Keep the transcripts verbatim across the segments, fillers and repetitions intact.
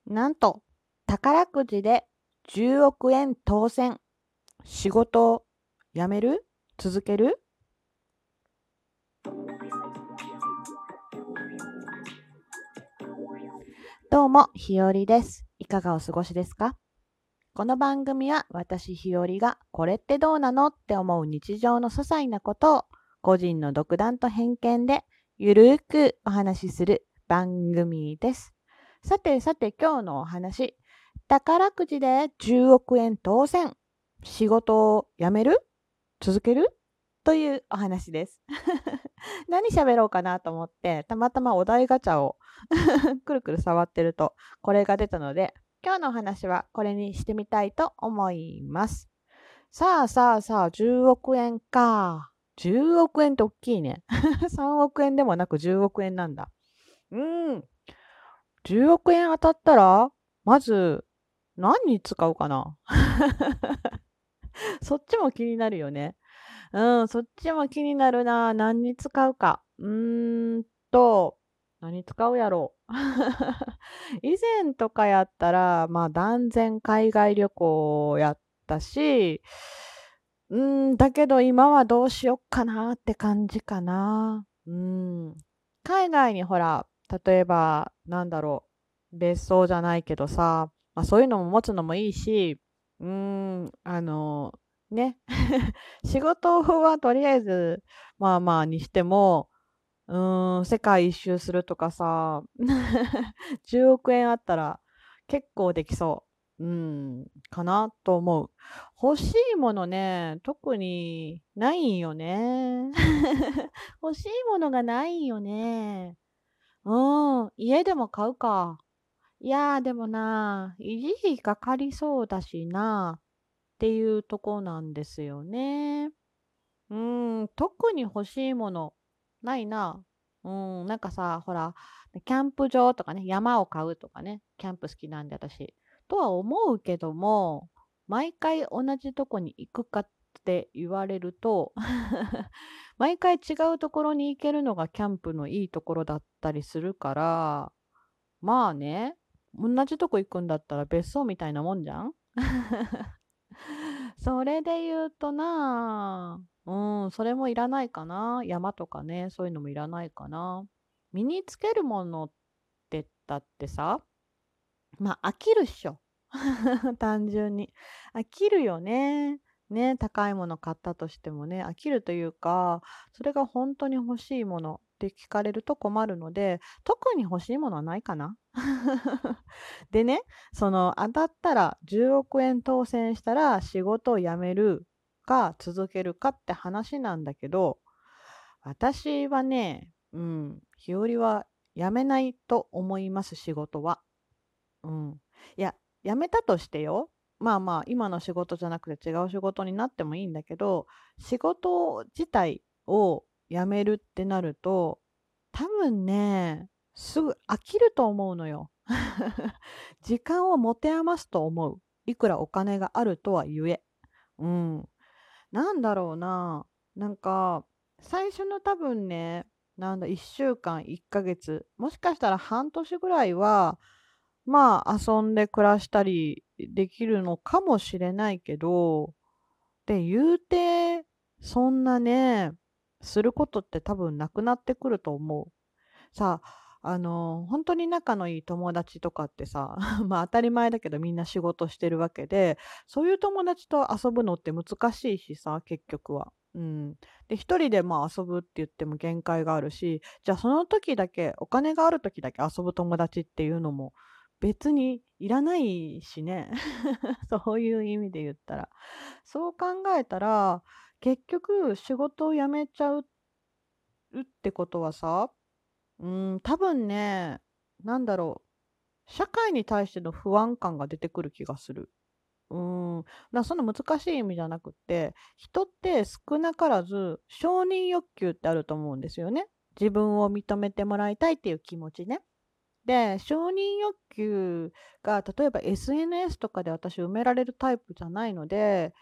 なんと、宝くじでじゅうおくえん当選。仕事を辞める？続ける？どうも、ひよりです。いかがお過ごしですか？この番組は私ひよりがこれってどうなのって思う日常の些細なことを個人の独断と偏見でゆるーくお話しする番組です。さてさて今日のお話、宝くじでじゅうおくえん当選。仕事を辞める？続ける？というお話です。何喋ろうかなと思って、たまたまお題ガチャをくるくる触ってると、これが出たので、今日のお話はこれにしてみたいと思います。さあさあさあ、じゅうおくえんか。じゅうおくえんって大きいね。さんおくえんでもなくじゅうおくえんなんだ。うーん。じゅうおくえん当たったら、まず、何に使うかな。そっちも気になるよね。うん、そっちも気になるな。何に使うか。うーんと、何使うやろう。以前とかやったら、まあ、断然海外旅行やったし、うーん、だけど今はどうしよっかなって感じかな。うん。海外にほら、例えば、なんだろう、別荘じゃないけどさ、まあ、そういうのも持つのもいいし、うーん、あの、ね。仕事はとりあえず、まあまあにしても、うーん、世界一周するとかさ、じゅうおく円あったら結構できそう。うん、かなと思う。欲しいものね、特にないんよね。欲しいものがないよね。うん、家でも買うか。いやーでもな、維持費かかりそうだしな、っていうとこなんですよね。うーん、特に欲しいものないな。うん、なんかさ、ほら、キャンプ場とかね、山を買うとかね、キャンプ好きなんで私。とは思うけども、毎回同じとこに行くかって言われると、毎回違うところに行けるのがキャンプのいいところだったりするから、まあね、同じとこ行くんだったら別荘みたいなもんじゃん。それで言うとなあ、うん、それもいらないかな。山とかね、そういうのもいらないかな。身につけるものってだってさ、まあ飽きるっしょ。単純に。飽きるよね。ね、高いもの買ったとしてもね、飽きるというか、それが本当に欲しいものって聞かれると困るので、特に欲しいものはないかな。でね、その当たったらじゅうおく円当選したら仕事を辞めるか続けるかって話なんだけど、私はね、うん、日和は辞めないと思います、仕事は。うん。いや、辞めたとしてよ。まあまあ、今の仕事じゃなくて違う仕事になってもいいんだけど、仕事自体を辞めるってなると、多分ね、すぐ飽きると思うのよ。時間を持て余すと思う。いくらお金があるとは言え。うん。なんだろうな。なんか、最初の多分ね、なんだ、いっしゅうかん、いっかげつ、もしかしたら半年ぐらいは、まあ、遊んで暮らしたりできるのかもしれないけど、で、言うて、そんなね、することって多分なくなってくると思う。さあ、あの、本当に仲のいい友達とかってさ、まあ、当たり前だけどみんな仕事してるわけで、そういう友達と遊ぶのって難しいしさ、結局は。うん。で、一人でまあ遊ぶって言っても限界があるし、じゃあその時だけ、お金がある時だけ遊ぶ友達っていうのも別にいらないしね。そういう意味で言ったら。そう考えたら、結局仕事を辞めちゃうってことはさ、うーん、多分ね、なんだろう、社会に対しての不安感が出てくる気がする。うーん。だそんな難しい意味じゃなくって、人って少なからず承認欲求ってあると思うんですよね。自分を認めてもらいたいっていう気持ちね。で、承認欲求が例えば エスエヌエス とかで私埋められるタイプじゃないので、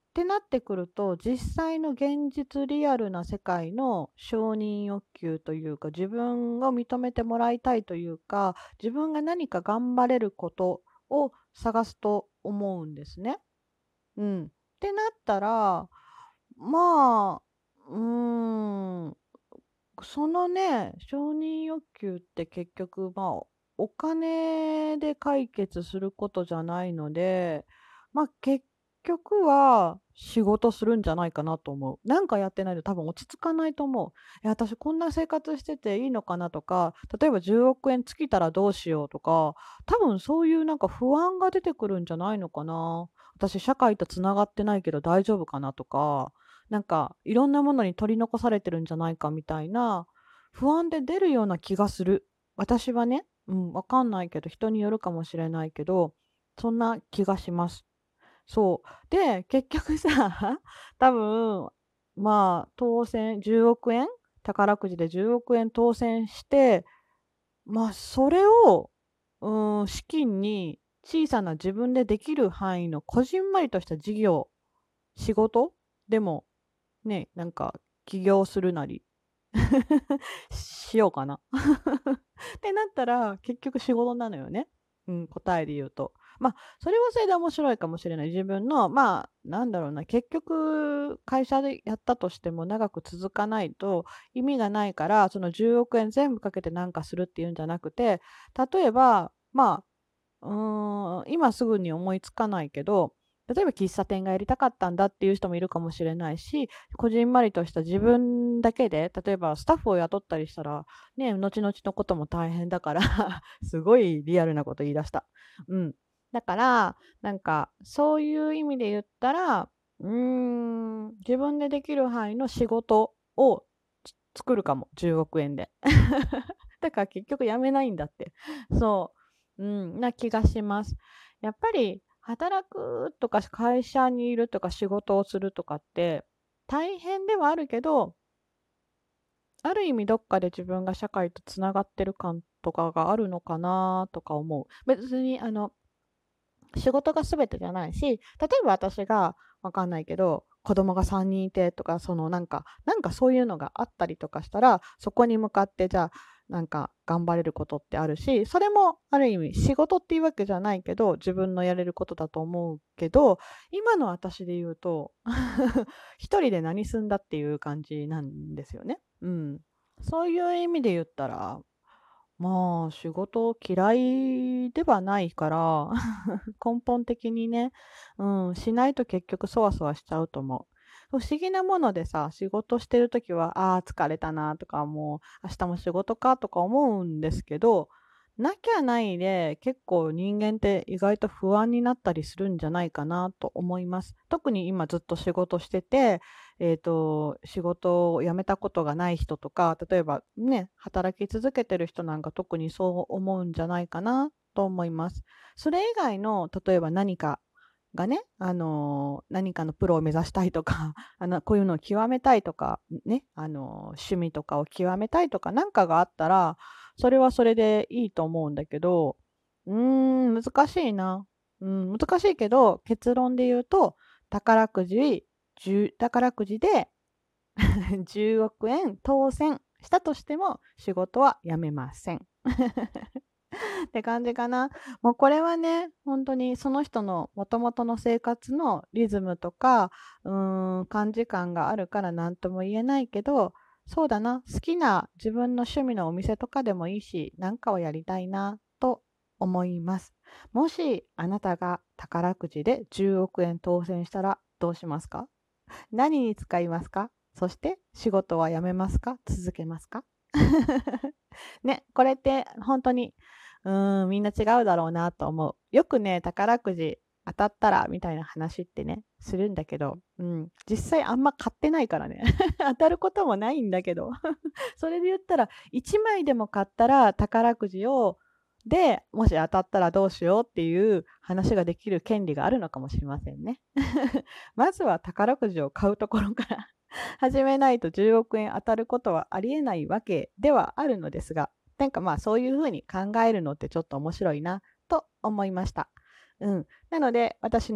てなってくると、実際の現実リアルな世界の承認欲求というか、自分を認めてもらいたいというか、自分が何か頑張れることを探すと思うんですね。うん。ってなったら、まあ、うーん、そのね、承認欲求って結局、まあ、お金で解決することじゃないので、ま、結局は仕事するんじゃないかなと思う。なんかやってないと多分落ち着かないと思う。え、私こんな生活してていいのかなとか、例えばじゅうおくえん尽きたらどうしようとか、多分そういうなんか不安が出てくるんじゃないのかな。私社会とつながってないけど大丈夫かなとか、なんかいろんなものに取り残されてるんじゃないかみたいな不安で出るような気がする。私はね、うん、わかんないけど、人によるかもしれないけど、そんな気がします。そう。で、結局さ、多分、まあ、当選じゅうおくえん宝くじでじゅうおくえん当選して、まあ、それを、うーん、資金に小さな自分でできる範囲のこじんまりとした事業、仕事でもね、なんか起業するなりしようかな。ってなったら、結局仕事なのよね。うん、答えで言うと。まあ、それはそれで面白いかもしれない。自分の、まあ、なんだろうな、結局会社でやったとしても長く続かないと意味がないから、そのじゅうおくえん全部かけてなんかするっていうんじゃなくて、例えば、まあ、うーん、今すぐに思いつかないけど、例えば喫茶店がやりたかったんだっていう人もいるかもしれないし、こじんまりとした自分だけで、例えばスタッフを雇ったりしたら、ね、後々のことも大変だからすごいリアルなこと言い出した。うん。だから、なんか、そういう意味で言ったら、うーん、自分でできる範囲の仕事をつ作るかも、じゅうおくえんで。だから結局辞めないんだって。そう、うん、な気がします。やっぱり働くとか会社にいるとか仕事をするとかって大変ではあるけど、ある意味どっかで自分が社会とつながってる感とかがあるのかなとか思う。別にあの仕事が全てじゃないし、例えば私がわかんないけど、子供がさんにんいてとか、そのなんかなんかそういうのがあったりとかしたら、そこに向かってじゃあ、なんか頑張れることってあるし、それもある意味仕事っていうわけじゃないけど、自分のやれることだと思うけど、今の私で言うと一人で何すんだっていう感じなんですよね。うん。そういう意味で言ったら、まあ、仕事嫌いではないから根本的にね、うん、しないと結局そわそわしちゃうと思う。不思議なものでさ、仕事してるときは、ああ、疲れたなとか、もう明日も仕事かとか思うんですけど、なきゃないで結構人間って意外と不安になったりするんじゃないかなと思います。特に今ずっと仕事してて、えっと、仕事を辞めたことがない人とか、例えばね、働き続けてる人なんか特にそう思うんじゃないかなと思います。それ以外の、例えば何かがね、あの、何かのプロを目指したいとか、あの、こういうのを極めたいとか、ね、あの、趣味とかを極めたいとかなんかがあったら、それはそれでいいと思うんだけど、うーん、難しいな。うん、難しいけど、結論で言うと、宝くじじゅう宝くじでじゅうおくえん当選したとしても仕事は辞めません。って感じかな。もうこれはね、本当にその人のもともとの生活のリズムとか、うーん、感じ感があるから何とも言えないけど、そうだな、好きな自分の趣味のお店とかでもいいし、なんかをやりたいなと思います。もしあなたが宝くじでじゅうおくえん当選したらどうしますか？何に使いますか？そして仕事は辞めますか？続けますか？ね、これって本当に、うーん、みんな違うだろうなと思う。よくね、宝くじ当たったらみたいな話ってね、するんだけど、うん、実際あんま買ってないからね。当たることもないんだけど。それで言ったら、いちまいでも買ったら宝くじをで、もし当たったらどうしようっていう話ができる権利があるのかもしれませんね。まずは宝くじを買うところから始めないとじゅうおくえん当たることはありえないわけではあるのですが、なんかまあそういうふうに考えるのってちょっと面白いなと思いました。うん。なので私の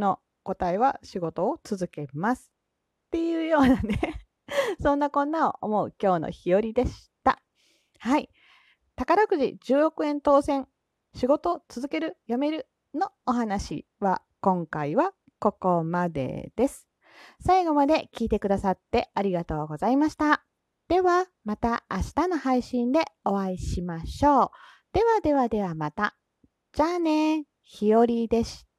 答えは仕事を続けます。っていうようなねそんなこんなを思う今日の日和でした。はい。宝くじじゅうおくえん当選、仕事続ける、辞めるのお話は今回はここまでです。最後まで聞いてくださってありがとうございました。ではまた明日の配信でお会いしましょう。ではではではまた。じゃあね、ひよりでした。